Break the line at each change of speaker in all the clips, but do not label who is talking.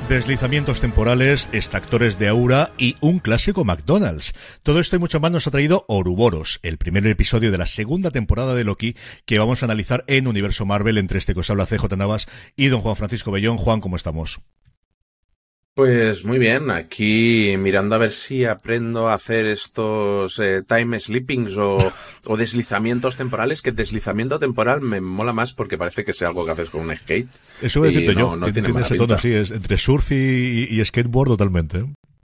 Deslizamientos temporales, extractores de aura y un clásico McDonald's. Todo esto y mucho más nos ha traído Ouroboros, el primer episodio de la segunda temporada de Loki que vamos a analizar en Universo Marvel, entre este que os habla CJ Navas y don Juan Francisco Bellón. Juan, ¿cómo estamos?
Pues muy bien, aquí mirando a ver si aprendo a hacer estos time sleepings o deslizamientos temporales, que deslizamiento temporal me mola más porque parece que sea algo que haces con un skate.
Eso voy a decirte yo,
no tiene
ese tono así, es entre surf y skateboard totalmente.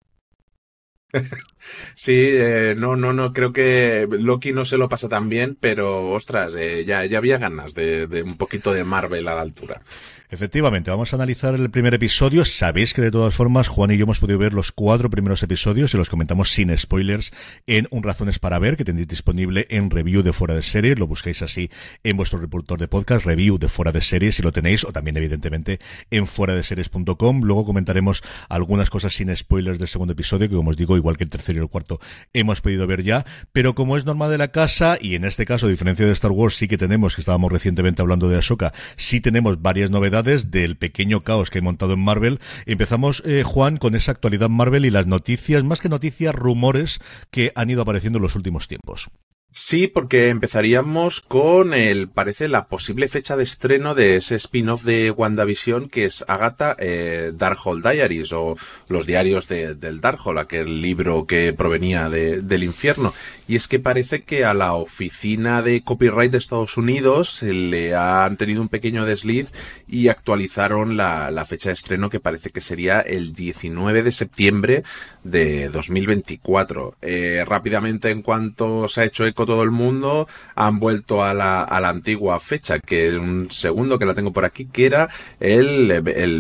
Sí, no, creo que Loki no se lo pasa tan bien, pero ostras, ya había ganas de un poquito de Marvel a la altura.
Efectivamente, vamos a analizar el primer episodio. Sabéis que de todas formas Juan y yo hemos podido ver los 4 primeros episodios y los comentamos sin spoilers en Un Razones para Ver, que tendréis disponible en Review de Fuera de Series. Lo buscáis así en vuestro reproductor de podcast, Review de Fuera de Series, si lo tenéis, o también evidentemente en fueradeseries.com. Luego comentaremos algunas cosas sin spoilers del segundo episodio, que como os digo, igual que el tercero y el cuarto hemos podido ver ya, pero como es norma de la casa, y en este caso, a diferencia de Star Wars, sí que tenemos, que estábamos recientemente hablando de Ahsoka, sí tenemos varias novedades del pequeño caos que he montado en Marvel. Empezamos, Juan, con esa actualidad Marvel y las noticias, más que noticias, rumores que han ido apareciendo en los últimos tiempos.
Sí, porque empezaríamos con parece la posible fecha de estreno de ese spin-off de WandaVision, que es Agatha, Darkhold Diaries, o los diarios del Darkhold, aquel libro que provenía del infierno. Y es que parece que a la oficina de copyright de Estados Unidos le han tenido un pequeño desliz y actualizaron la fecha de estreno, que parece que sería el 19 de septiembre de 2024. Rápidamente, en cuanto se ha hecho eco todo el mundo, han vuelto a la antigua fecha, que un segundo que la tengo por aquí, que era el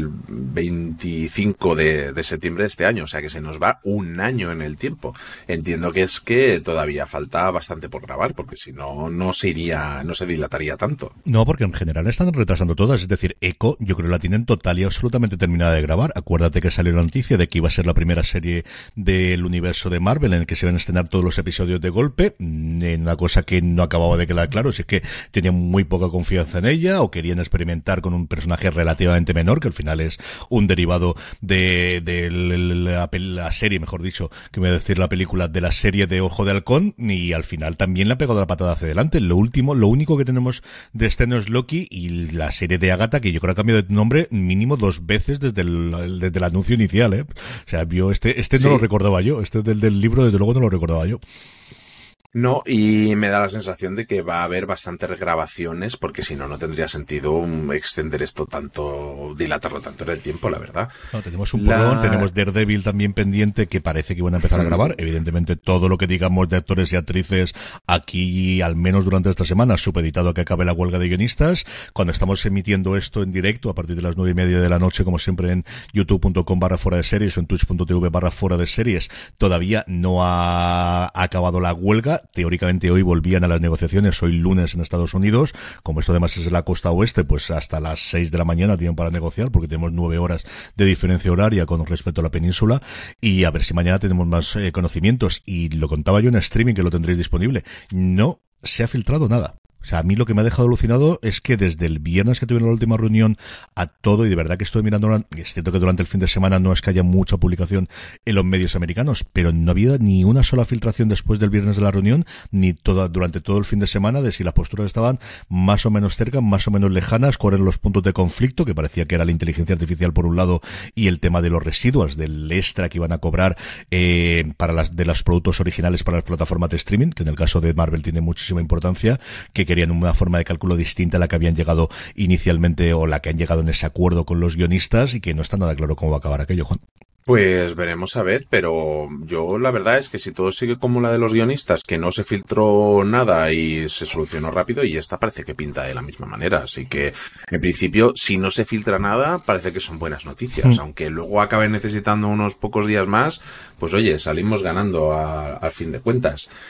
25 de septiembre de este año, o sea que se nos va un año en el tiempo. Entiendo que es que todavía falta bastante por grabar, porque si no, no se dilataría tanto.
No, porque en general están retrasando todas, es decir, Echo yo creo que la tienen total y absolutamente terminada de grabar. Acuérdate que salió la noticia de que iba a ser la primera serie del universo de Marvel en el que se van a estrenar todos los episodios de golpe, una cosa que no acababa de quedar claro, si es que tenían muy poca confianza en ella o querían experimentar con un personaje relativamente menor, que al final es un derivado de la serie, mejor dicho, que me voy a decir la película, de la serie de Ojo de Halcón, y al final también le ha pegado la patada hacia adelante. Lo único que tenemos de estreno es Loki y la serie de Agatha, que yo creo que ha cambiado de nombre mínimo 2 veces desde el anuncio inicial, O sea, yo sí. No lo recordaba yo, del libro desde luego no lo recordaba yo.
No, y me da la sensación de que va a haber bastantes regrabaciones, porque si no, no tendría sentido extender esto tanto, dilatarlo tanto en el tiempo, la verdad.
No, tenemos un porrón, tenemos Daredevil también pendiente, que parece que van a empezar a grabar. Evidentemente, todo lo que digamos de actores y actrices aquí, al menos durante esta semana, supeditado a que acabe la huelga de guionistas. Cuando estamos emitiendo esto en directo, a partir de las 9:30 de la noche, como siempre en youtube.com/fuera de series o en twitch.tv/fuera de series, todavía no ha acabado la huelga. Teóricamente hoy volvían a las negociaciones, hoy lunes en Estados Unidos. Como esto además es en la costa oeste, pues hasta las 6 de la mañana tienen para negociar, porque tenemos 9 horas de diferencia horaria con respecto a la península, y a ver si mañana tenemos más conocimientos. Y lo contaba yo en streaming, que lo tendréis disponible. No se ha filtrado nada. O sea, a mí lo que me ha dejado alucinado es que desde el viernes que tuvieron la última reunión a todo, y de verdad que estoy mirando, es cierto que durante el fin de semana no es que haya mucha publicación en los medios americanos, pero no había ni una sola filtración después del viernes de la reunión, ni durante todo el fin de semana, de si las posturas estaban más o menos cerca, más o menos lejanas, cuáles eran los puntos de conflicto, que parecía que era la inteligencia artificial por un lado y el tema de los residuos, del extra que iban a cobrar para de los productos originales para las plataformas de streaming, que en el caso de Marvel tiene muchísima importancia, que querían una forma de cálculo distinta a la que habían llegado inicialmente, o la que han llegado en ese acuerdo con los guionistas, y que no está nada claro cómo va a acabar aquello, Juan.
Pues veremos a ver, pero yo la verdad es que si todo sigue como la de los guionistas, que no se filtró nada y se solucionó rápido, y esta parece que pinta de la misma manera, así que en principio si no se filtra nada parece que son buenas noticias, aunque luego acaben necesitando unos pocos días más, pues oye, salimos ganando al fin de cuentas.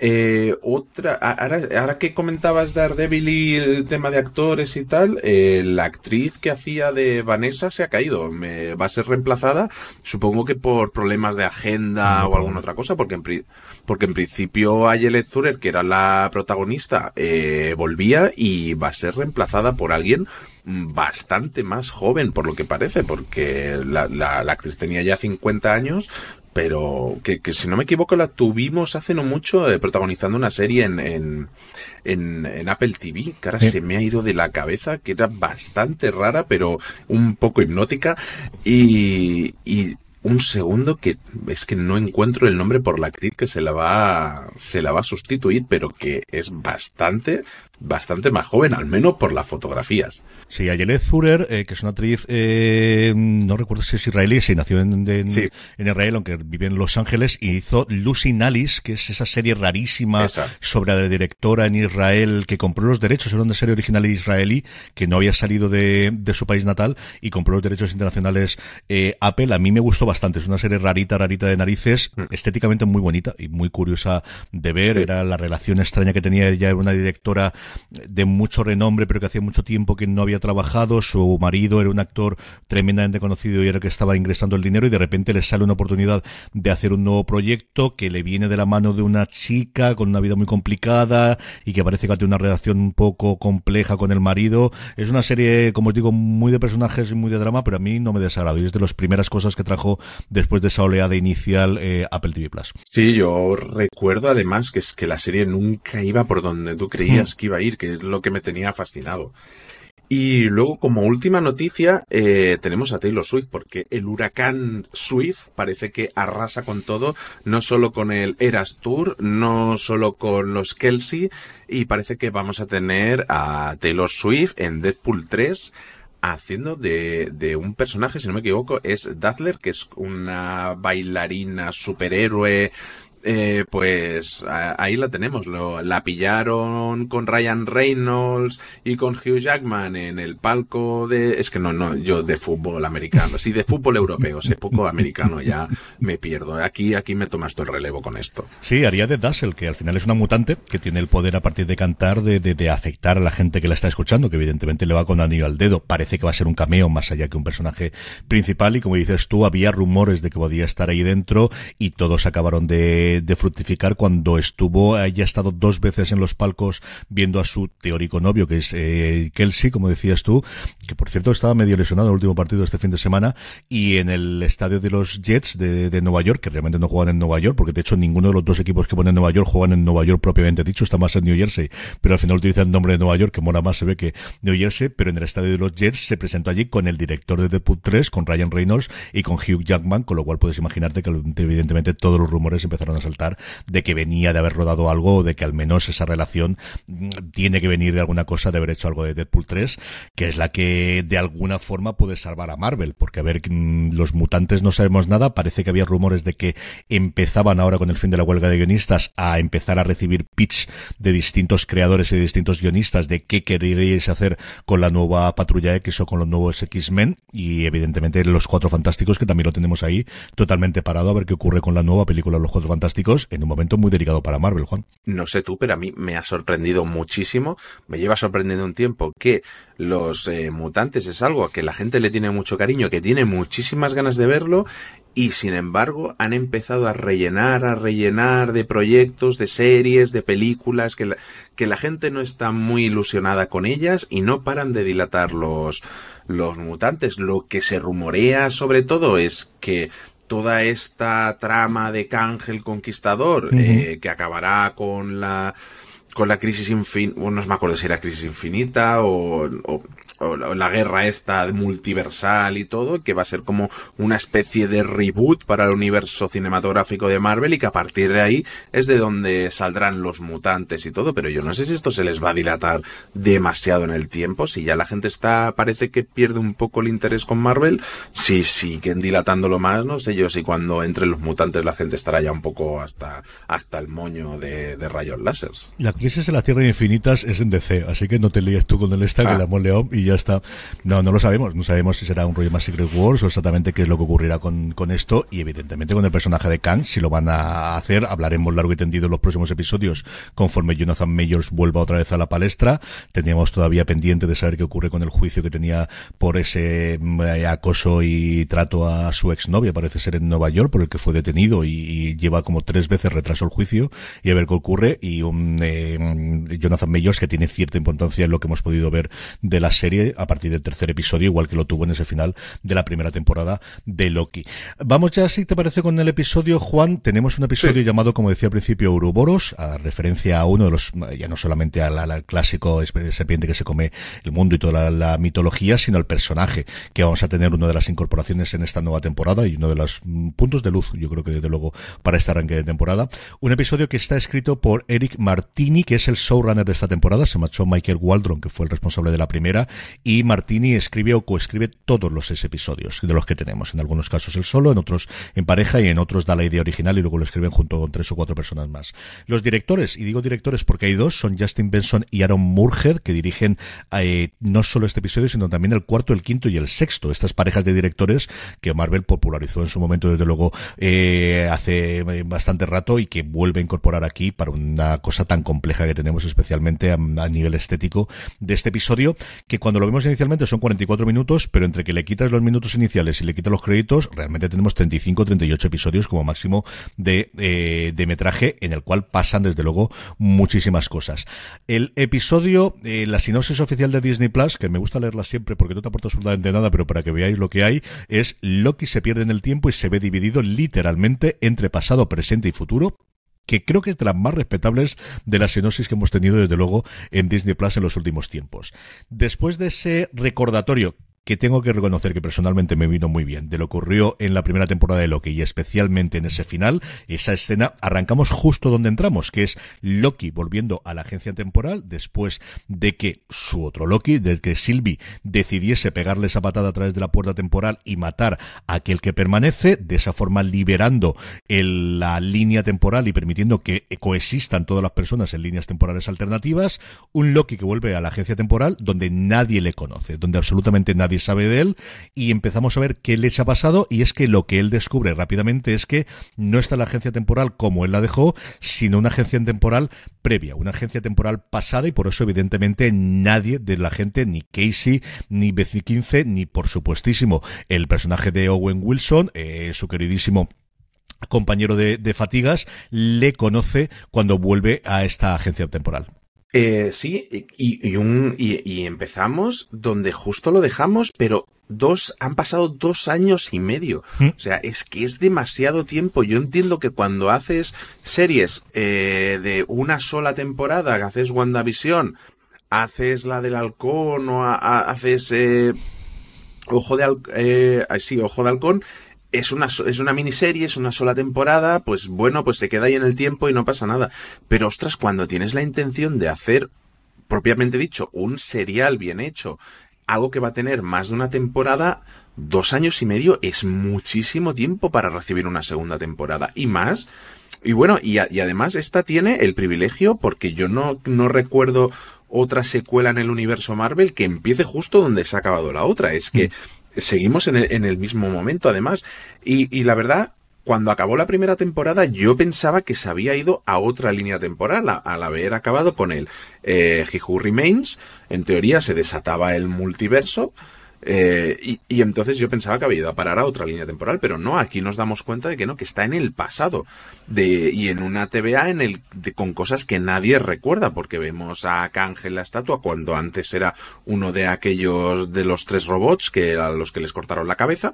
Ahora que comentabas Daredevil y el tema de actores y tal, la actriz que hacía de Vanessa se ha caído. Va a ser reemplazada, supongo que por problemas de agenda o alguna otra cosa, porque en principio Ayelet Zurer, que era la protagonista, volvía y va a ser reemplazada por alguien bastante más joven, por lo que parece, porque la actriz tenía ya 50 años, pero que si no me equivoco la tuvimos hace no mucho protagonizando una serie en Apple TV, que ahora se me ha ido de la cabeza, que era bastante rara, pero un poco hipnótica, y un segundo, que es que no encuentro el nombre por la actriz que se la va a sustituir, pero que es bastante más joven, al menos por las fotografías.
Sí, Ayelet Zurer, que es una actriz, no recuerdo si es israelí, sí, nació en Israel, aunque vive en Los Ángeles, y hizo Lucy in Alice, que es esa serie rarísima sobre la directora en Israel, que compró los derechos, era una serie original israelí, que no había salido de su país natal, y compró los derechos internacionales Apple. A mí me gustó bastante, es una serie rarita de narices, estéticamente muy bonita y muy curiosa de ver. Era la relación extraña que tenía ella, era una directora de mucho renombre, pero que hacía mucho tiempo que no había trabajado. Su marido era un actor tremendamente conocido y era el que estaba ingresando el dinero, y de repente le sale una oportunidad de hacer un nuevo proyecto que le viene de la mano de una chica con una vida muy complicada y que parece que tiene una relación un poco compleja con el marido. Es una serie, como os digo, muy de personajes y muy de drama, pero a mí no me desagrado, y es de las primeras cosas que trajo después de esa oleada inicial Apple TV Plus.
Sí, yo recuerdo además que es que la serie nunca iba por donde tú creías que iba a ir, que es lo que me tenía fascinado. Y luego, como última noticia, tenemos a Taylor Swift, porque el huracán Swift parece que arrasa con todo, no solo con el Eras Tour, no solo con los Kelsey, y parece que vamos a tener a Taylor Swift en Deadpool 3, haciendo de un personaje, si no me equivoco, es Dazzler, que es una bailarina superhéroe. Pues ahí la tenemos, la pillaron con Ryan Reynolds y con Hugh Jackman en el palco es que yo de fútbol americano, sí, de fútbol europeo, sé poco americano, ya me pierdo, aquí me tomas todo el relevo con esto.
Sí, haría de Dazzle, que al final es una mutante que tiene el poder a partir de cantar de afectar a la gente que la está escuchando, que evidentemente le va con anillo al dedo. Parece que va a ser un cameo más allá que un personaje principal, y como dices tú, había rumores de que podía estar ahí dentro, y todos acabaron de fructificar cuando haya estado 2 veces en los palcos viendo a su teórico novio, que es Kelsey, como decías tú, que por cierto estaba medio lesionado en el último partido de este fin de semana, y en el estadio de los Jets de Nueva York, que realmente no juegan en Nueva York, porque de hecho ninguno de los 2 equipos que ponen en Nueva York juegan en Nueva York propiamente dicho, está más en New Jersey, pero al final utilizan el nombre de Nueva York, que mola más, se ve, que New Jersey. Pero en el estadio de los Jets se presentó allí con el director de Deadpool 3, con Ryan Reynolds y con Hugh Jackman, con lo cual puedes imaginarte que evidentemente todos los rumores empezaron a saltar de que venía de haber rodado algo, o de que al menos esa relación tiene que venir de alguna cosa, de haber hecho algo de Deadpool 3, que es la que de alguna forma puede salvar a Marvel, porque a ver, los mutantes no sabemos nada. Parece que había rumores de que empezaban ahora, con el fin de la huelga de guionistas, a empezar a recibir pitch de distintos creadores y de distintos guionistas de qué queríais hacer con la nueva Patrulla X o con los nuevos X-Men, y evidentemente los Cuatro Fantásticos, que también lo tenemos ahí totalmente parado, a ver qué ocurre con la nueva película de los Cuatro Fantásticos, en un momento muy delicado para Marvel, Juan.
No sé tú, pero a mí me ha sorprendido muchísimo, me lleva sorprendiendo un tiempo que los mutantes es algo a que la gente le tiene mucho cariño, que tiene muchísimas ganas de verlo, y sin embargo han empezado a rellenar de proyectos, de series, de películas, que la gente no está muy ilusionada con ellas, y no paran de dilatar los mutantes. Lo que se rumorea sobre todo es que toda esta trama de Kang el Conquistador, que acabará con la crisis infinita, no me acuerdo si era crisis infinita o la guerra esta multiversal y todo, que va a ser como una especie de reboot para el universo cinematográfico de Marvel, y que a partir de ahí es de donde saldrán los mutantes y todo. Pero yo no sé si esto se les va a dilatar demasiado en el tiempo, si ya la gente parece que pierde un poco el interés con Marvel, si siguen dilatándolo más, no sé yo si cuando entren los mutantes la gente estará ya un poco hasta el moño de rayos láser.
La crisis en las Tierras Infinitas es en DC, así que no te líes tú con el que la hemos leado, y ya ya está. No lo sabemos. No sabemos si será un rollo más Secret Wars o exactamente qué es lo que ocurrirá con esto. Y evidentemente con el personaje de Kang, si lo van a hacer, hablaremos largo y tendido en los próximos episodios conforme Jonathan Majors vuelva otra vez a la palestra. Teníamos todavía pendiente de saber qué ocurre con el juicio que tenía por ese acoso y trato a su exnovia, parece ser en Nueva York, por el que fue detenido y lleva como 3 veces retraso el juicio, y a ver qué ocurre. Y Jonathan Majors, que tiene cierta importancia en lo que hemos podido ver de la serie a partir del tercer episodio, igual que lo tuvo en ese final de la primera temporada de Loki. Vamos ya, si te parece, con el episodio, Juan. Tenemos un episodio llamado, como decía al principio, Ouroboros, a referencia a uno de los, ya no solamente al clásico serpiente que se come el mundo y toda la mitología, sino al personaje que vamos a tener, una de las incorporaciones en esta nueva temporada y uno de los puntos de luz, yo creo que desde luego, para este arranque de temporada. Un episodio que está escrito por Eric Martini, que es el showrunner de esta temporada. Se marchó Michael Waldron, que fue el responsable de la primera, y Martini escribe o coescribe todos los 6 episodios de los que tenemos. En algunos casos él solo, en otros en pareja, y en otros da la idea original y luego lo escriben junto con 3 o 4 personas más. Los directores, y digo directores porque hay 2, son Justin Benson y Aaron Moorhead, que dirigen no solo este episodio, sino también el 4, el 5 y el 6. Estas parejas de directores que Marvel popularizó en su momento, desde luego, hace bastante rato, y que vuelve a incorporar aquí para una cosa tan compleja que tenemos, especialmente a nivel estético de este episodio, que cuando lo vemos inicialmente son 44 minutos, pero entre que le quitas los minutos iniciales y le quitas los créditos, realmente tenemos 35 o 38 episodios como máximo de metraje, en el cual pasan desde luego muchísimas cosas. El episodio, la sinopsis oficial de Disney Plus, que me gusta leerla siempre porque no te aporta absolutamente nada, pero para que veáis lo que hay, es: Loki se pierde en el tiempo y se ve dividido literalmente entre pasado, presente y futuro, que creo que es de las más respetables de las sinopsis que hemos tenido desde luego en Disney Plus en los últimos tiempos. Después de ese recordatorio, que tengo que reconocer que personalmente me vino muy bien, de lo que ocurrió en la primera temporada de Loki, y especialmente en ese final, esa escena, arrancamos justo donde entramos, que es Loki volviendo a la agencia temporal después de que su otro Loki, de que Sylvie decidiese pegarle esa patada a través de la puerta temporal y matar a aquel que permanece, de esa forma liberando la línea temporal y permitiendo que coexistan todas las personas en líneas temporales alternativas. Un Loki que vuelve a la agencia temporal donde nadie le conoce, donde absolutamente nadie sabe de él, y empezamos a ver qué les ha pasado, y es que lo que él descubre rápidamente es que no está la agencia temporal como él la dejó, sino una agencia temporal previa, una agencia temporal pasada, y por eso evidentemente nadie de la gente, ni Casey, ni BC-15, ni por supuestísimo el personaje de Owen Wilson, su queridísimo compañero de fatigas, le conoce cuando vuelve a esta agencia temporal.
Sí, y empezamos donde justo lo dejamos, pero han pasado 2 años y medio. O sea, es que es demasiado tiempo. Yo entiendo que cuando haces series de una sola temporada, que haces WandaVision, haces la del halcón, o haces Ojo de Halcón, es una miniserie, es una sola temporada, pues bueno, pues se queda ahí en el tiempo y no pasa nada. Pero ostras, cuando tienes la intención de hacer, propiamente dicho, un serial bien hecho, algo que va a tener más de una temporada, 2 años y medio es muchísimo tiempo para recibir una segunda temporada. Y más, y bueno, y además esta tiene el privilegio, porque yo no recuerdo otra secuela en el universo Marvel que empiece justo donde se ha acabado la otra. Es que seguimos en el mismo momento, además. Y la verdad, cuando acabó la primera temporada, yo pensaba que se había ido a otra línea temporal, al haber acabado con el He Who Remains. En teoría se desataba el multiverso. Y entonces yo pensaba que había ido a parar a otra línea temporal, pero no, aquí nos damos cuenta de que no, que está en el pasado, y en una TVA con cosas que nadie recuerda, porque vemos a Kang en la estatua cuando antes era uno de aquellos de los 3 robots a los que les cortaron la cabeza.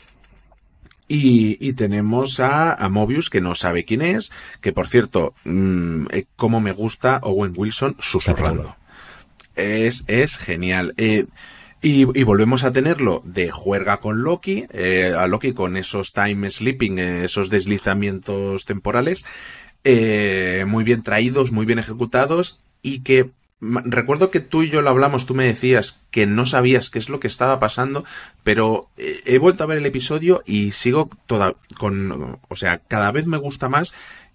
Y tenemos a Mobius, que no sabe quién es, que por cierto, como me gusta Owen Wilson susurrando. Es genial. Y volvemos a tenerlo de juerga con Loki, a Loki con esos time sleeping, esos deslizamientos temporales, muy bien traídos, muy bien ejecutados, y que recuerdo que tú y yo lo hablamos, tú me decías que no sabías qué es lo que estaba pasando, pero he vuelto a ver el episodio y sigo cada vez me gusta más.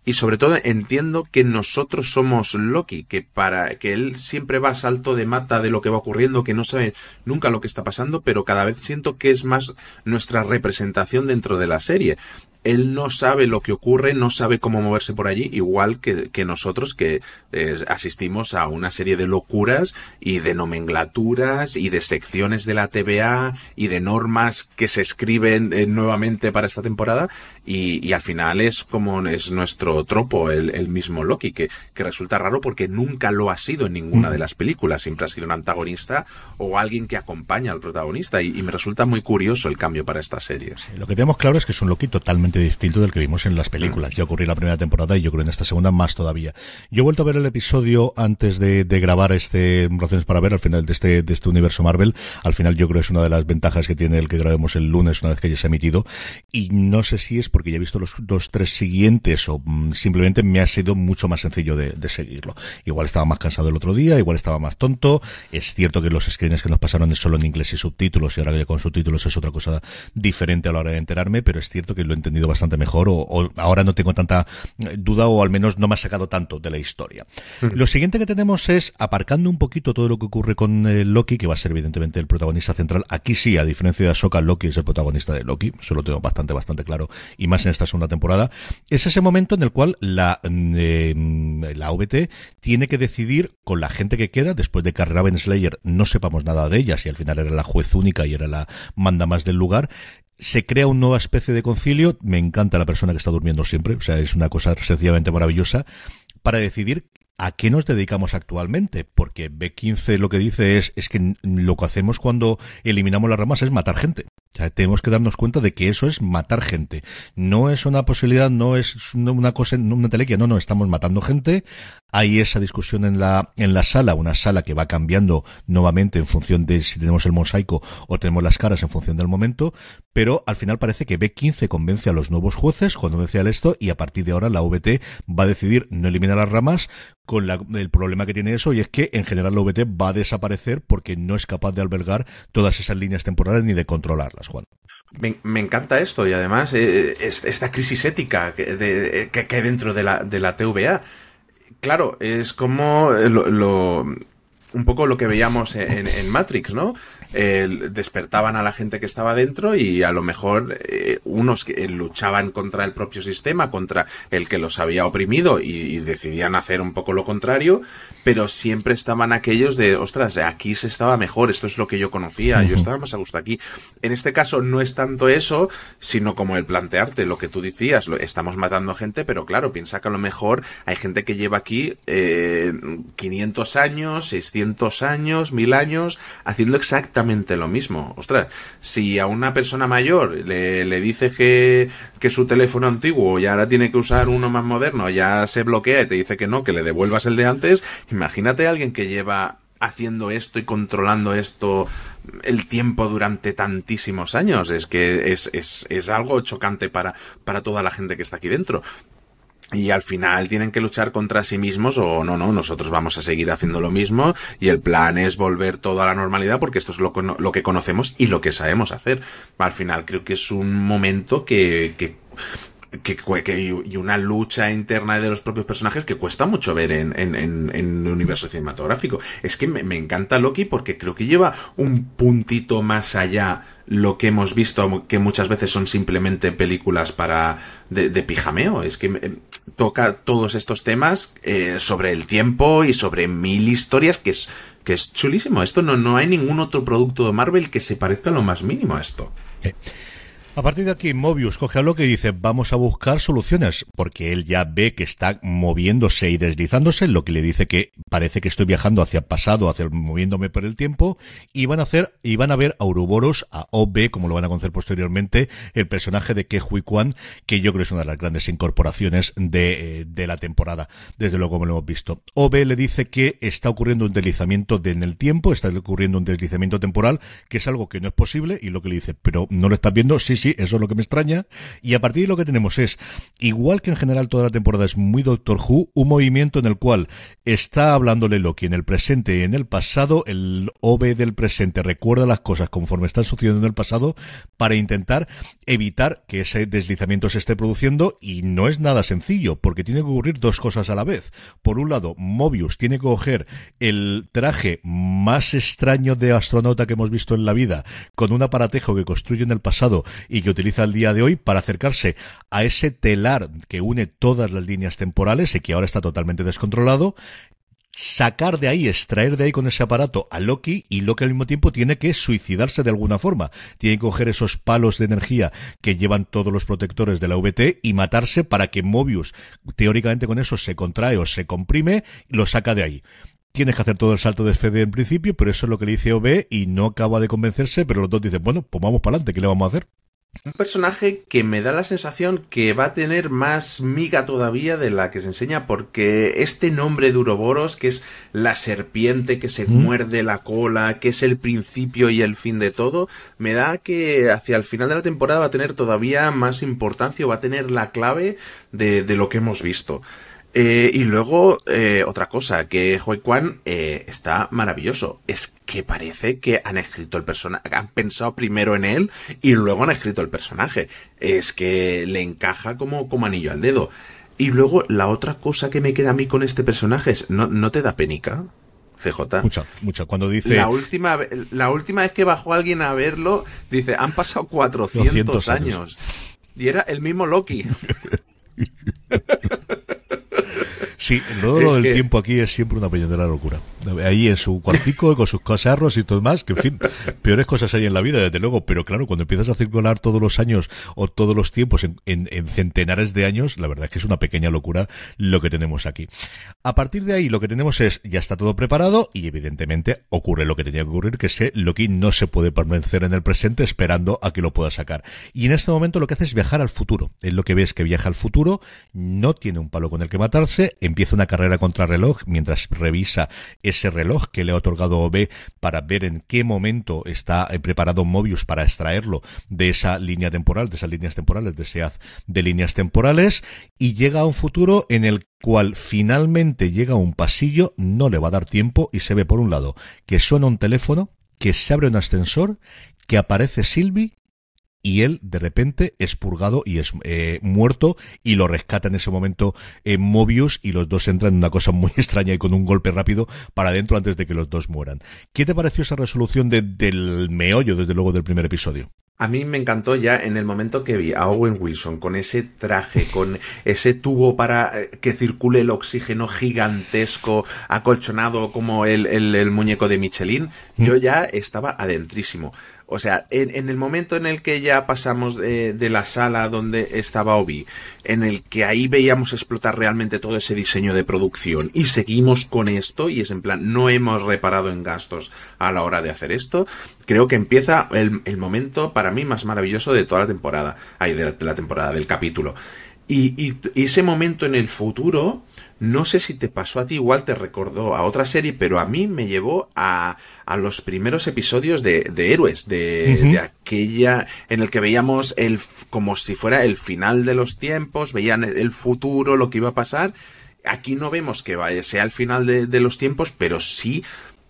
Y sobre todo entiendo que nosotros somos Loki, que él siempre va a salto de mata de lo que va ocurriendo, que no sabe nunca lo que está pasando, pero cada vez siento que es más nuestra representación dentro de la serie. Él no sabe lo que ocurre, no sabe cómo moverse por allí, igual que nosotros, que asistimos a una serie de locuras y de nomenclaturas y de secciones de la TVA y de normas que se escriben nuevamente para esta temporada, y al final es como es nuestro tropo, el mismo Loki, que resulta raro porque nunca lo ha sido en ninguna de las películas, siempre ha sido un antagonista o alguien que acompaña al protagonista, y me resulta muy curioso el cambio para esta serie.
Sí, lo que tenemos claro es que es un Loki totalmente distinto del que vimos en las películas. Ya ocurrió en la primera temporada y yo creo en esta segunda más todavía. Yo he vuelto a ver el episodio antes de grabar Razones para Ver, al final de este universo Marvel. Al final yo creo que es una de las ventajas que tiene el que grabemos el lunes una vez que ya se ha emitido, y no sé si es porque ya he visto los 2-3 siguientes o simplemente me ha sido mucho más sencillo de seguirlo. Igual estaba más cansado el otro día, igual estaba más tonto. Es cierto que los screens que nos pasaron es solo en inglés y subtítulos, y ahora que con subtítulos es otra cosa diferente a la hora de enterarme, pero es cierto que lo he entendido bastante mejor, o ahora no tengo tanta duda, o al menos no me ha sacado tanto de la historia. Lo siguiente que tenemos es, aparcando un poquito todo lo que ocurre con Loki, que va a ser evidentemente el protagonista central. Aquí sí, a diferencia de Ahsoka, Loki es el protagonista de Loki, eso lo tengo bastante claro, y más en esta segunda temporada. Es ese momento en el cual la OVT tiene que decidir con la gente que queda, después de que Ravenslayer no sepamos nada de ella, si al final era la juez única y era la manda más del lugar. Se crea una nueva especie de concilio. Me encanta la persona que está durmiendo siempre, o sea, es una cosa sencillamente maravillosa, para decidir ¿a qué nos dedicamos actualmente? Porque B15 lo que dice es que lo que hacemos cuando eliminamos las ramas es matar gente. O sea, tenemos que darnos cuenta de que eso es matar gente. No es una posibilidad, no es una cosa, una telequia, no, estamos matando gente. Hay esa discusión en la sala, una sala que va cambiando nuevamente en función de si tenemos el mosaico o tenemos las caras en función del momento, pero al final parece que B15 convence a los nuevos jueces, convence al esto, y a partir de ahora la VT va a decidir no eliminar las ramas, con el problema que tiene eso, y es que en general la VT va a desaparecer porque no es capaz de albergar todas esas líneas temporales ni de controlarlas, Juan.
Me encanta esto, y además esta crisis ética que hay dentro de la TVA. Claro, es como un poco lo que veíamos en Matrix, ¿no? Despertaban a la gente que estaba dentro, y a lo mejor unos que luchaban contra el propio sistema, contra el que los había oprimido, y decidían hacer un poco lo contrario, pero siempre estaban aquellos de, ostras, aquí se estaba mejor, esto es lo que yo conocía, yo estaba más a gusto aquí. En este caso no es tanto eso, sino como el plantearte lo que tú decías, estamos matando gente, pero claro, piensa que a lo mejor hay gente que lleva aquí 500 años, 600 años, 1000 años, haciendo exactamente lo mismo. Ostras, si a una persona mayor le dice que su teléfono antiguo y ahora tiene que usar uno más moderno, ya se bloquea y te dice que no, que le devuelvas el de antes, imagínate a alguien que lleva haciendo esto y controlando esto el tiempo durante tantísimos años. Es que es algo chocante para toda la gente que está aquí dentro. Y al final tienen que luchar contra sí mismos, o no, nosotros vamos a seguir haciendo lo mismo, y el plan es volver todo a la normalidad, porque esto es lo que conocemos y lo que sabemos hacer. Al final creo que es un momento y una lucha interna de los propios personajes que cuesta mucho ver en el universo cinematográfico. Es que me encanta Loki porque creo que lleva un puntito más allá lo que hemos visto, que muchas veces son simplemente películas de pijameo. Es que toca todos estos temas sobre el tiempo y sobre 1000 historias, que es chulísimo. Esto no hay ningún otro producto de Marvel que se parezca lo más mínimo a esto.
A partir de aquí, Mobius coge a Loki y dice, vamos a buscar soluciones, porque él ya ve que está moviéndose y deslizándose. Loki le dice que parece que estoy viajando hacia el pasado, moviéndome por el tiempo, y van a ver a Ouroboros, a OB, como lo van a conocer posteriormente, el personaje de Ke Huy Quan, que yo creo que es una de las grandes incorporaciones de la temporada, desde luego, como lo hemos visto. OB le dice que está ocurriendo un deslizamiento en el tiempo, está ocurriendo un deslizamiento temporal, que es algo que no es posible, y Loki le dice, pero ¿no lo estás viendo? Sí, sí, eso es lo que me extraña. Y a partir de lo que tenemos es, igual que en general toda la temporada es muy Doctor Who, un movimiento en el cual está hablándole Loki en el presente y en el pasado, el OB del presente recuerda las cosas conforme están sucediendo en el pasado para intentar evitar que ese deslizamiento se esté produciendo, y no es nada sencillo, porque tiene que ocurrir dos cosas a la vez. Por un lado, Mobius tiene que coger el traje más extraño de astronauta que hemos visto en la vida, con un aparatejo que construye en el pasado y que utiliza al día de hoy para acercarse a ese telar que une todas las líneas temporales y que ahora está totalmente descontrolado, sacar de ahí, extraer de ahí con ese aparato a Loki, y Loki al mismo tiempo tiene que suicidarse de alguna forma. Tiene que coger esos palos de energía que llevan todos los protectores de la VT y matarse para que Mobius, teóricamente con eso, se contrae o se comprime y lo saca de ahí. Tienes que hacer todo el salto de fe en principio, pero eso es lo que le dice OB y no acaba de convencerse, pero los dos dicen, bueno, pues vamos para adelante, ¿qué le vamos a hacer?
Un personaje que me da la sensación que va a tener más miga todavía de la que se enseña, porque este nombre de Uroboros, que es la serpiente que se muerde la cola, que es el principio y el fin de todo, me da que hacia el final de la temporada va a tener todavía más importancia, o va a tener la clave de lo que hemos visto. Y luego, otra cosa, que Hui Kwan está maravilloso. Es que parece que han escrito el personaje, han pensado primero en él y luego han escrito el personaje. Es que le encaja como anillo al dedo. Y luego, la otra cosa que me queda a mí con este personaje es, ¿no te da penica, CJ?
Mucha. Cuando dice...
La última vez que bajó alguien a verlo, dice, han pasado 400 años. Y era el mismo Loki.
Sí, lo del tiempo aquí es siempre una peñadera locura. Ahí en su cuartico, con sus cacharros y todo más, que en fin, peores cosas hay en la vida, desde luego, pero claro, cuando empiezas a circular todos los años o todos los tiempos en centenares de años, la verdad es que es una pequeña locura lo que tenemos aquí. A partir de ahí, lo que tenemos es, ya está todo preparado y evidentemente ocurre lo que tenía que ocurrir, que es Loki no se puede permanecer en el presente esperando a que lo pueda sacar. Y en este momento lo que hace es viajar al futuro. Es lo que ves, que viaja al futuro, no tiene un palo con el que matarse, empieza una carrera contra reloj mientras revisa ese reloj que le ha otorgado OB para ver en qué momento está preparado Mobius para extraerlo de esa línea temporal, de esas líneas temporales, de ese haz de líneas temporales, y llega a un futuro en el cual finalmente llega a un pasillo, no le va a dar tiempo, y se ve por un lado que suena un teléfono, que se abre un ascensor, que aparece Sylvie, y él de repente es purgado y es muerto, y lo rescata en ese momento Mobius, y los dos entran en una cosa muy extraña y con un golpe rápido para adentro antes de que los dos mueran. ¿Qué te pareció esa resolución del meollo, desde luego, del primer episodio?
A mí me encantó ya en el momento que vi a Owen Wilson con ese traje, con ese tubo para que circule el oxígeno gigantesco, acolchonado como el muñeco de Michelin. Yo ya estaba adentrísimo. O sea, en el momento en el que ya pasamos de la sala donde estaba Obi, en el que ahí veíamos explotar realmente todo ese diseño de producción, y seguimos con esto, y es en plan, no hemos reparado en gastos a la hora de hacer esto, creo que empieza el momento para mí más maravilloso de toda la temporada, de la temporada, del capítulo. Y ese momento en el futuro, no sé si te pasó a ti, igual te recordó a otra serie, pero a mí me llevó a los primeros episodios de Héroes, de aquella en el que veíamos como si fuera el final de los tiempos, veían el futuro, lo que iba a pasar. Aquí no vemos que sea el final de los tiempos, pero sí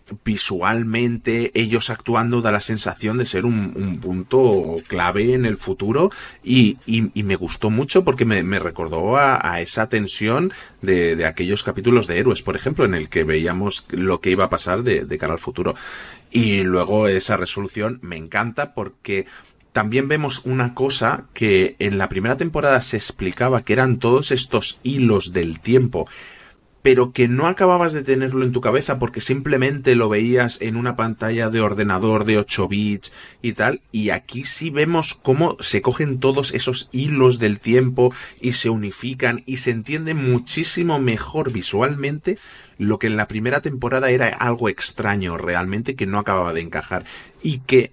visualmente ellos actuando da la sensación de ser un punto clave en el futuro, y me gustó mucho porque me recordó a esa tensión de aquellos capítulos de Héroes, por ejemplo, en el que veíamos lo que iba a pasar de cara al futuro. Y luego esa resolución me encanta porque también vemos una cosa que en la primera temporada se explicaba, que eran todos estos hilos del tiempo, pero que no acababas de tenerlo en tu cabeza porque simplemente lo veías en una pantalla de ordenador de 8 bits y tal, y aquí sí vemos cómo se cogen todos esos hilos del tiempo y se unifican, y se entiende muchísimo mejor visualmente lo que en la primera temporada era algo extraño realmente, que no acababa de encajar, y que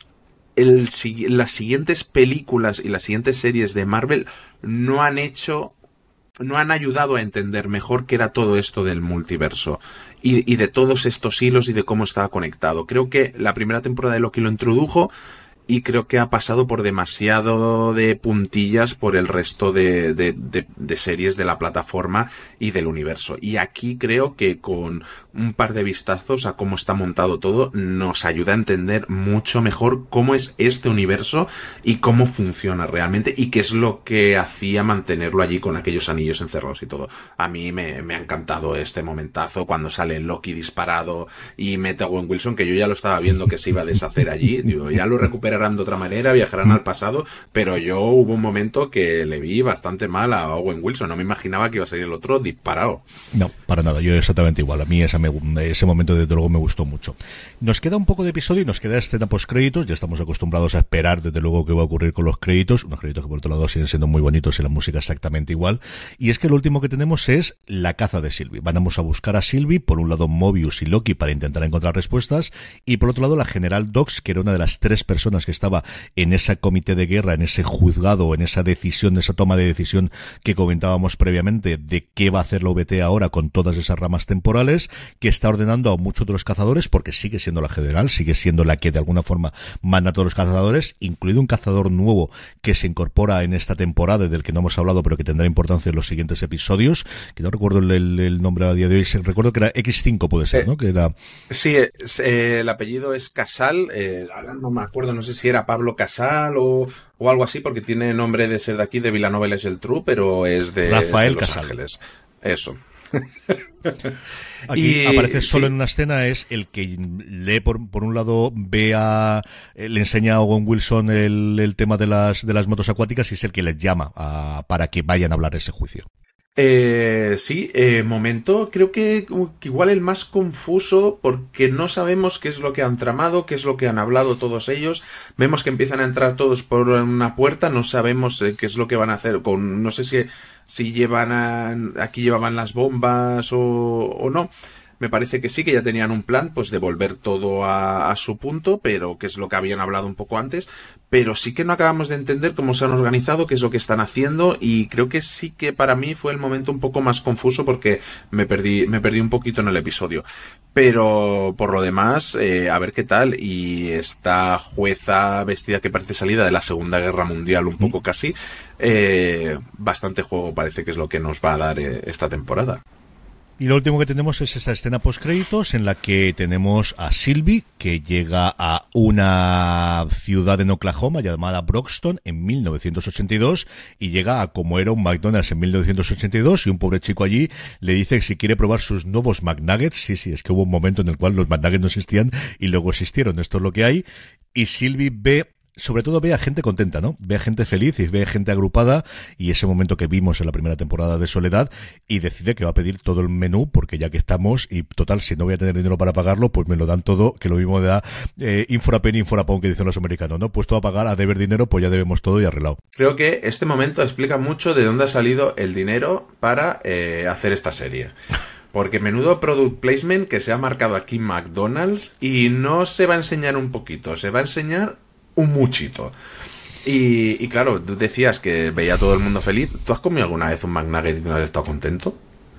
las siguientes películas y las siguientes series de Marvel no han ayudado a entender mejor qué era todo esto del multiverso y de todos estos hilos y de cómo estaba conectado. Creo que la primera temporada de Loki lo introdujo y creo que ha pasado por demasiado de puntillas por el resto de series de la plataforma y del universo. Y aquí creo que con un par de vistazos a cómo está montado todo nos ayuda a entender mucho mejor cómo es este universo y cómo funciona realmente y qué es lo que hacía mantenerlo allí con aquellos anillos encerrados y todo. A mí me ha encantado este momentazo cuando sale Loki disparado y mete a Owen Wilson, que yo ya lo estaba viendo que se iba a deshacer allí. Digo, ya lo recuperarán de otra manera, viajarán al pasado, pero yo hubo un momento que le vi bastante mal a Owen Wilson. No me imaginaba que iba a salir el otro disparado.
No, para nada, yo exactamente igual. A mí ese momento desde luego me gustó mucho. Nos queda un poco de episodio y nos queda escena post-créditos. Ya estamos acostumbrados a esperar desde luego qué va a ocurrir con los créditos. Unos créditos que por otro lado siguen siendo muy bonitos y la música exactamente igual. Y es que lo último que tenemos es la caza de Sylvie. Vamos a buscar a Sylvie, por un lado Mobius y Loki para intentar encontrar respuestas, y por otro lado la General Dox, que era una de las 3 personas que estaba en ese comité de guerra, en ese juzgado, en esa decisión, esa toma de decisión que comentábamos previamente de qué va a hacer la OVT ahora con todas esas ramas temporales, que está ordenando a muchos de los cazadores, porque sigue siendo la general, sigue siendo la que de alguna forma manda a todos los cazadores, incluido un cazador nuevo que se incorpora en esta temporada, del que no hemos hablado, pero que tendrá importancia en los siguientes episodios, que no recuerdo el nombre a día de hoy, recuerdo que era X5 puede ser, ¿no? Que era...
Sí, el apellido es Casal, ahora no me acuerdo, no sé si era Pablo Casal o algo así, porque tiene nombre de ser de aquí, de Vilanova y Geltrú, pero es de
Rafael
de Los
Casal.
Ángeles. Eso.
Aquí aparece solo en una escena, es el que lee por un lado, le enseña a Owen Wilson el tema de las motos acuáticas, y es el que les llama para que vayan a hablar ese juicio.
Sí, momento, creo que igual el más confuso, porque no sabemos qué es lo que han tramado, qué es lo que han hablado todos ellos. Vemos que empiezan a entrar todos por una puerta, no sabemos qué es lo que van a hacer, no sé si aquí llevaban las bombas o no. Me parece que sí, que ya tenían un plan, pues de volver todo a su punto, pero que es lo que habían hablado un poco antes, pero sí que no acabamos de entender cómo se han organizado, qué es lo que están haciendo, y creo que sí que para mí fue el momento un poco más confuso porque me perdí un poquito en el episodio. Pero por lo demás, a ver qué tal, y esta jueza vestida que parece salida de la Segunda Guerra Mundial un poco casi, bastante juego parece que es lo que nos va a dar esta temporada.
Y lo último que tenemos es esa escena post-créditos en la que tenemos a Sylvie, que llega a una ciudad en Oklahoma llamada Broxton en 1982, y llega a como era un McDonald's en 1982, y un pobre chico allí le dice que si quiere probar sus nuevos McNuggets. Sí, es que hubo un momento en el cual los McNuggets no existían y luego existieron. Esto es lo que hay. Y Sylvie sobre todo ve a gente contenta, ¿no? Ve a gente feliz y ve a gente agrupada, y ese momento que vimos en la primera temporada de Soledad, y decide que va a pedir todo el menú, porque ya que estamos, y total, si no voy a tener dinero para pagarlo, pues me lo dan todo, que lo mismo da in for a penny, in for a pound, que dicen los americanos, ¿no? Puesto a pagar, a deber dinero, pues ya debemos todo y arreglado.
Creo que este momento explica mucho de dónde ha salido el dinero para hacer esta serie. Porque menudo product placement que se ha marcado aquí McDonald's, y no se va a enseñar un poquito, se va a enseñar un muchito. Y claro, tú decías que veía a todo el mundo feliz. ¿Tú has comido alguna vez un McNugget y no has estado contento?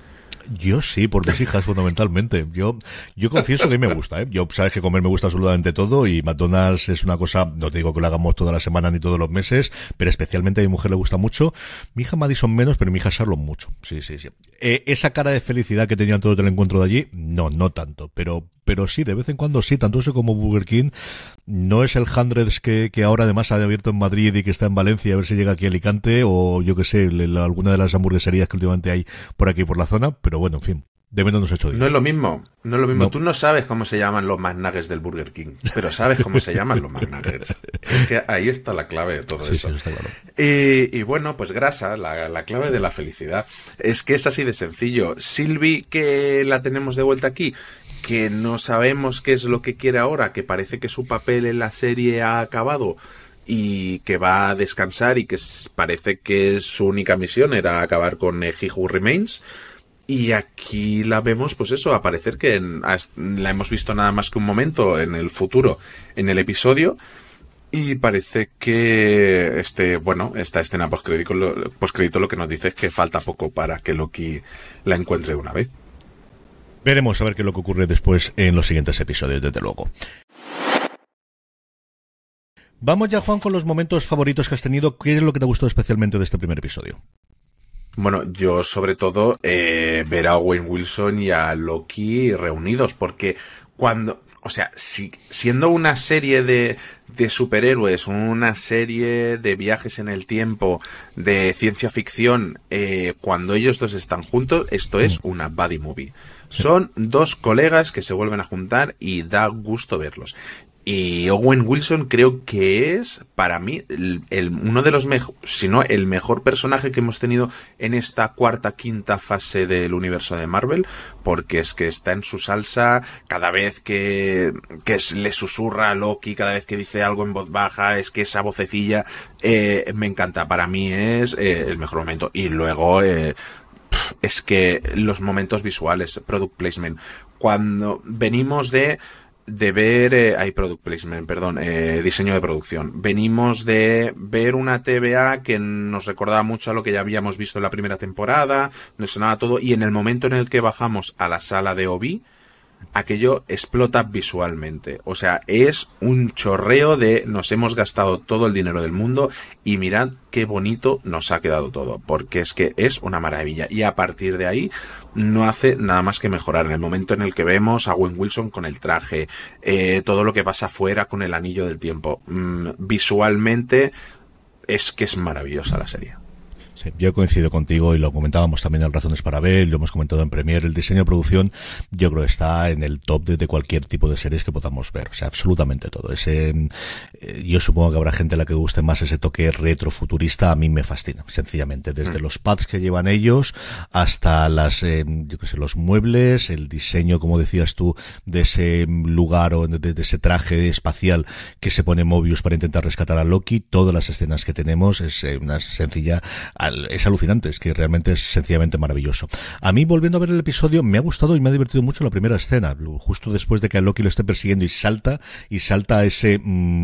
Yo sí, por mis hijas fundamentalmente. Yo confieso que me gusta, ¿eh? Yo, sabes que comer me gusta absolutamente todo, y McDonald's es una cosa, no te digo que lo hagamos toda la semana ni todos los meses, pero especialmente a mi mujer le gusta mucho. Mi hija Madison menos, pero mi hija Charlotte mucho. Sí. Esa cara de felicidad que tenían todos del encuentro de allí, no tanto, pero sí, de vez en cuando sí, tanto eso como Burger King. No es el Hundreds que ahora además ha abierto en Madrid y que está en Valencia, a ver si llega aquí a Alicante, o yo que sé, alguna de las hamburgueserías que últimamente hay por aquí por la zona, pero bueno, en fin, de menos nos ha hecho dinero.
No es lo mismo. No. Tú no sabes cómo se llaman los McNuggets del Burger King, pero sabes cómo se llaman los McNuggets. Es que ahí está la clave de todo eso.
Sí, está claro.
Y bueno, pues grasa, la clave de la felicidad. Es que es así de sencillo. Sylvie, que la tenemos de vuelta aquí, que no sabemos qué es lo que quiere ahora, que parece que su papel en la serie ha acabado y que va a descansar, y que parece que su única misión era acabar con He Who Remains. Y aquí la vemos, pues eso, aparecer que la hemos visto nada más que un momento en el futuro, en el episodio, y parece que esta escena postcrédito lo que nos dice es que falta poco para que Loki la encuentre de una vez.
Veremos a ver qué es lo que ocurre después en los siguientes episodios, desde luego. Vamos ya, Juan, con los momentos favoritos que has tenido. ¿Qué es lo que te gustó especialmente de este primer episodio?
Bueno, yo sobre todo ver a Owen Wilson y a Loki reunidos, porque siendo una serie de superhéroes, una serie de viajes en el tiempo, de ciencia ficción, cuando ellos dos están juntos, esto es una buddy movie. Son dos colegas que se vuelven a juntar y da gusto verlos. Y Owen Wilson creo que es, para mí, uno de los mejores, si no el mejor personaje que hemos tenido en esta quinta fase del universo de Marvel, porque es que está en su salsa cada vez que le susurra a Loki, cada vez que dice algo en voz baja, es que esa vocecilla, me encanta, para mí es el mejor momento. Y luego, es que los momentos visuales, product placement, cuando venimos de ver, product placement, perdón, diseño de producción. Venimos de ver una TVA que nos recordaba mucho a lo que ya habíamos visto en la primera temporada, nos sonaba todo, y en el momento en el que bajamos a la sala de Obi, aquello explota visualmente. O sea, es un chorreo de nos hemos gastado todo el dinero del mundo y mirad qué bonito nos ha quedado todo, porque es que es una maravilla. Y a partir de ahí no hace nada más que mejorar. En el momento en el que vemos a Owen Wilson con el traje, todo lo que pasa afuera con el anillo del tiempo, visualmente es que es maravillosa la serie.
Sí, yo coincido contigo y lo comentábamos también en Razones para Ver, lo hemos comentado en Premiere. El diseño de producción yo creo que está en el top de cualquier tipo de series que podamos ver, o sea, absolutamente todo. Yo supongo que habrá gente a la que guste más ese toque retrofuturista. A mí me fascina, sencillamente, desde los pads que llevan ellos hasta los muebles, el diseño, como decías tú, de ese lugar o de ese traje espacial que se pone Mobius para intentar rescatar a Loki. Todas las escenas que tenemos es una sencilla, es alucinante, es que realmente es sencillamente maravilloso. A mí, volviendo a ver el episodio, me ha gustado y me ha divertido mucho la primera escena, justo después de que a Loki lo esté persiguiendo y salta a ese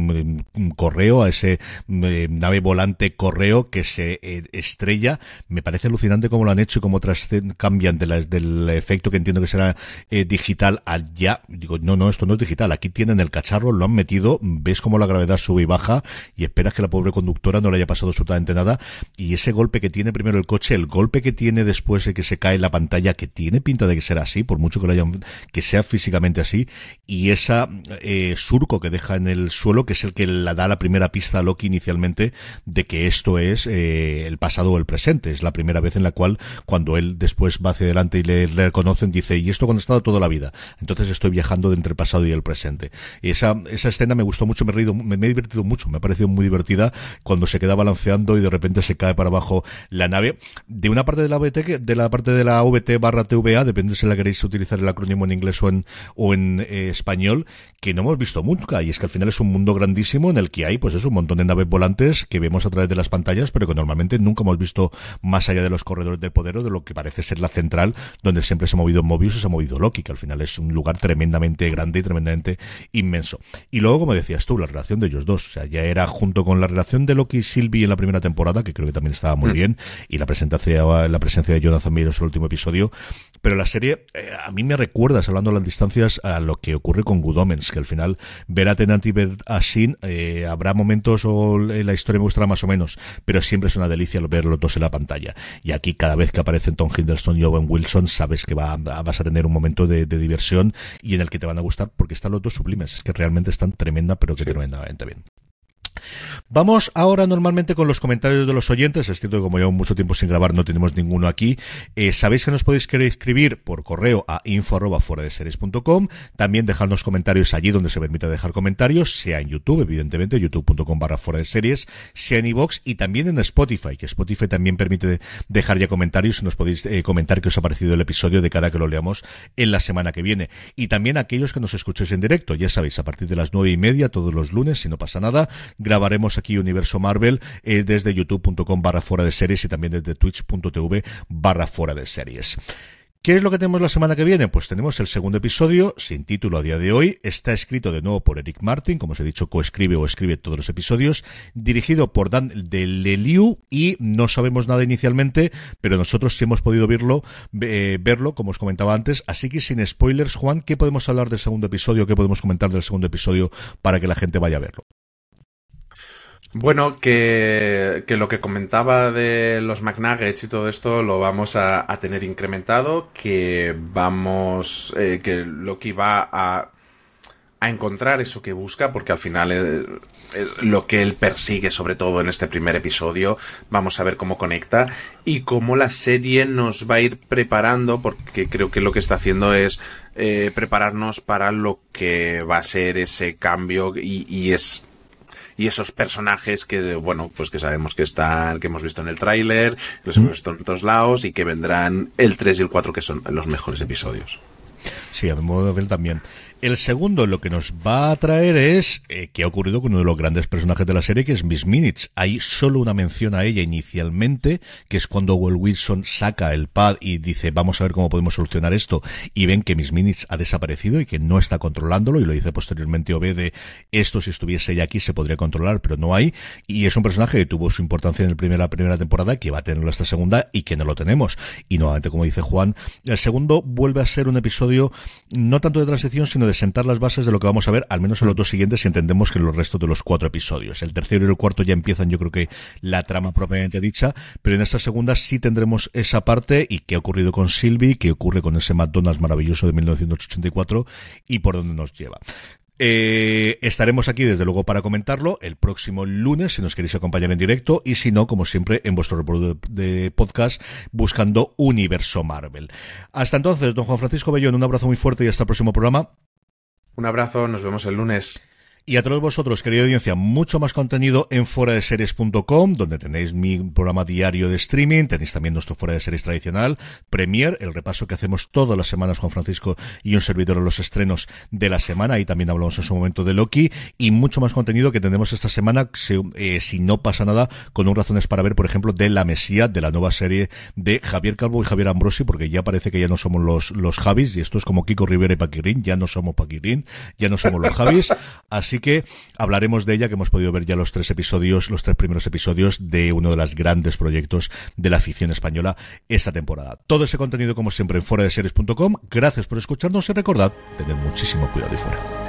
correo, a ese nave volante correo que se estrella. Me parece alucinante cómo lo han hecho y cómo cambian del efecto que entiendo que será digital allá. Digo, no, esto no es digital, aquí tienen el cacharro, lo han metido, ves cómo la gravedad sube y baja y esperas que la pobre conductora no le haya pasado absolutamente nada. Y ese golpe que tiene primero el coche, el golpe que tiene después de que se cae la pantalla, que tiene pinta de que será así, por mucho que sea físicamente así, y esa surco que deja en el suelo, que es el que la da la primera pista a Loki inicialmente de que esto es el pasado o el presente. Es la primera vez en la cual, cuando él después va hacia adelante y le reconocen, dice, y esto cuando he estado toda la vida, entonces estoy viajando entre el pasado y el presente. Y esa escena me gustó mucho, me he divertido mucho, me ha parecido muy divertida cuando se queda balanceando y de repente se cae para abajo la nave de una parte de la OVT, de la parte de la OVT/TVA, depende si la queréis utilizar el acrónimo en inglés o en español, que no hemos visto nunca. Y es que al final es un mundo grandísimo en el que hay, pues un montón de naves volantes que vemos a través de las pantallas, pero que normalmente nunca hemos visto más allá de los corredores del poder o de lo que parece ser la central, donde siempre se ha movido Mobius y se ha movido Loki, que al final es un lugar tremendamente grande y tremendamente inmenso. Y luego, como decías tú, la relación de ellos dos, o sea, ya era junto con la relación de Loki y Sylvie en la primera temporada, que creo que también estaba muy bien, y la presencia de Jonathan Majors en el último episodio, pero la serie a mí me recuerda, hablando a las distancias, a lo que ocurre con Good Omens, que al final ver a Tennant y ver a Shin, habrá momentos o la historia me gustará más o menos, pero siempre es una delicia ver los dos en la pantalla. Y aquí cada vez que aparecen Tom Hiddleston y Owen Wilson, sabes que vas a tener un momento de diversión y en el que te van a gustar, porque están los dos sublimes, es que realmente están tremendamente bien. Vamos ahora normalmente con los comentarios de los oyentes. Es cierto que como llevamos mucho tiempo sin grabar no tenemos ninguno aquí. Sabéis que nos podéis escribir por correo a info@fueradeseries.com. También dejarnos comentarios allí donde se permite dejar comentarios, sea en YouTube, evidentemente, youtube.com/fueradeseries, sea en iVoox y también en Spotify, que Spotify también permite dejar ya comentarios y nos podéis comentar qué os ha parecido el episodio de cara a que lo leamos en la semana que viene. Y también aquellos que nos escuchéis en directo, ya sabéis, a partir de las 9:30 todos los lunes, si no pasa nada, grabaremos aquí Universo Marvel desde youtube.com/fueradeseries y también desde twitch.tv/fueradeseries. ¿Qué es lo que tenemos la semana que viene? Pues tenemos el segundo episodio, sin título a día de hoy. Está escrito de nuevo por Eric Martin, como os he dicho, coescribe o escribe todos los episodios. Dirigido por Dan DeLeliu y no sabemos nada inicialmente, pero nosotros sí hemos podido verlo, como os comentaba antes. Así que sin spoilers, Juan, ¿qué podemos hablar del segundo episodio? ¿Qué podemos comentar del segundo episodio para que la gente vaya a verlo?
Bueno, que lo que comentaba de los McNuggets y todo esto lo vamos a tener incrementado, que que Loki va a encontrar eso que busca, porque al final lo que él persigue, sobre todo en este primer episodio, vamos a ver cómo conecta y cómo la serie nos va a ir preparando, porque creo que lo que está haciendo es prepararnos para lo que va a ser ese cambio y esos personajes que, bueno, pues que sabemos que hemos visto en el tráiler, los hemos visto en todos lados y que vendrán el 3 y el 4, que son los mejores episodios.
Sí, a mi modo de ver también. El segundo, lo que nos va a traer es qué ha ocurrido con uno de los grandes personajes de la serie, que es Miss Minutes. Hay solo una mención a ella inicialmente, que es cuando Will Wilson saca el pad y dice, vamos a ver cómo podemos solucionar esto, y ven que Miss Minutes ha desaparecido y que no está controlándolo, y lo dice posteriormente Obede, esto si estuviese ella aquí se podría controlar, pero no hay, y es un personaje que tuvo su importancia en la primera temporada, que va a tenerlo esta segunda, y que no lo tenemos. Y nuevamente, como dice Juan, el segundo vuelve a ser un episodio no tanto de transición, sino de sentar las bases de lo que vamos a ver, al menos en los dos siguientes, si entendemos que los restos de los 4 episodios. El tercero y el cuarto ya empiezan, yo creo que la trama propiamente dicha, pero en esta segunda sí tendremos esa parte y qué ha ocurrido con Sylvie, qué ocurre con ese McDonald's maravilloso de 1984 y por dónde nos lleva. Estaremos aquí desde luego para comentarlo el próximo lunes si nos queréis acompañar en directo, y si no, como siempre, en vuestro reproductor de podcast buscando Universo Marvel. Hasta entonces, don Juan Francisco Bellón, un abrazo muy fuerte y hasta el próximo programa.
Un abrazo, nos vemos el lunes.
Y a todos vosotros, querida audiencia, mucho más contenido en fueradeseries.com, donde tenéis mi programa diario de streaming, tenéis también nuestro Fuera de Series tradicional, Premier, el repaso que hacemos todas las semanas Juan Francisco y un servidor en los estrenos de la semana, y también hablamos en su momento de Loki, y mucho más contenido que tendremos esta semana, si no pasa nada, con un Razones para Ver, por ejemplo, de La Mesía, de la nueva serie de Javier Calvo y Javier Ambrosi, porque ya parece que ya no somos los Javis, y esto es como Kiko Rivera y Paquirrín, ya no somos Paquirrín, ya no somos los Javis, así que hablaremos de ella, que hemos podido ver ya los 3 primeros episodios de uno de los grandes proyectos de la ficción española esta temporada. Todo ese contenido, como siempre, en fueradeseries.com. Gracias por escucharnos y recordad, tened muchísimo cuidado y fuera.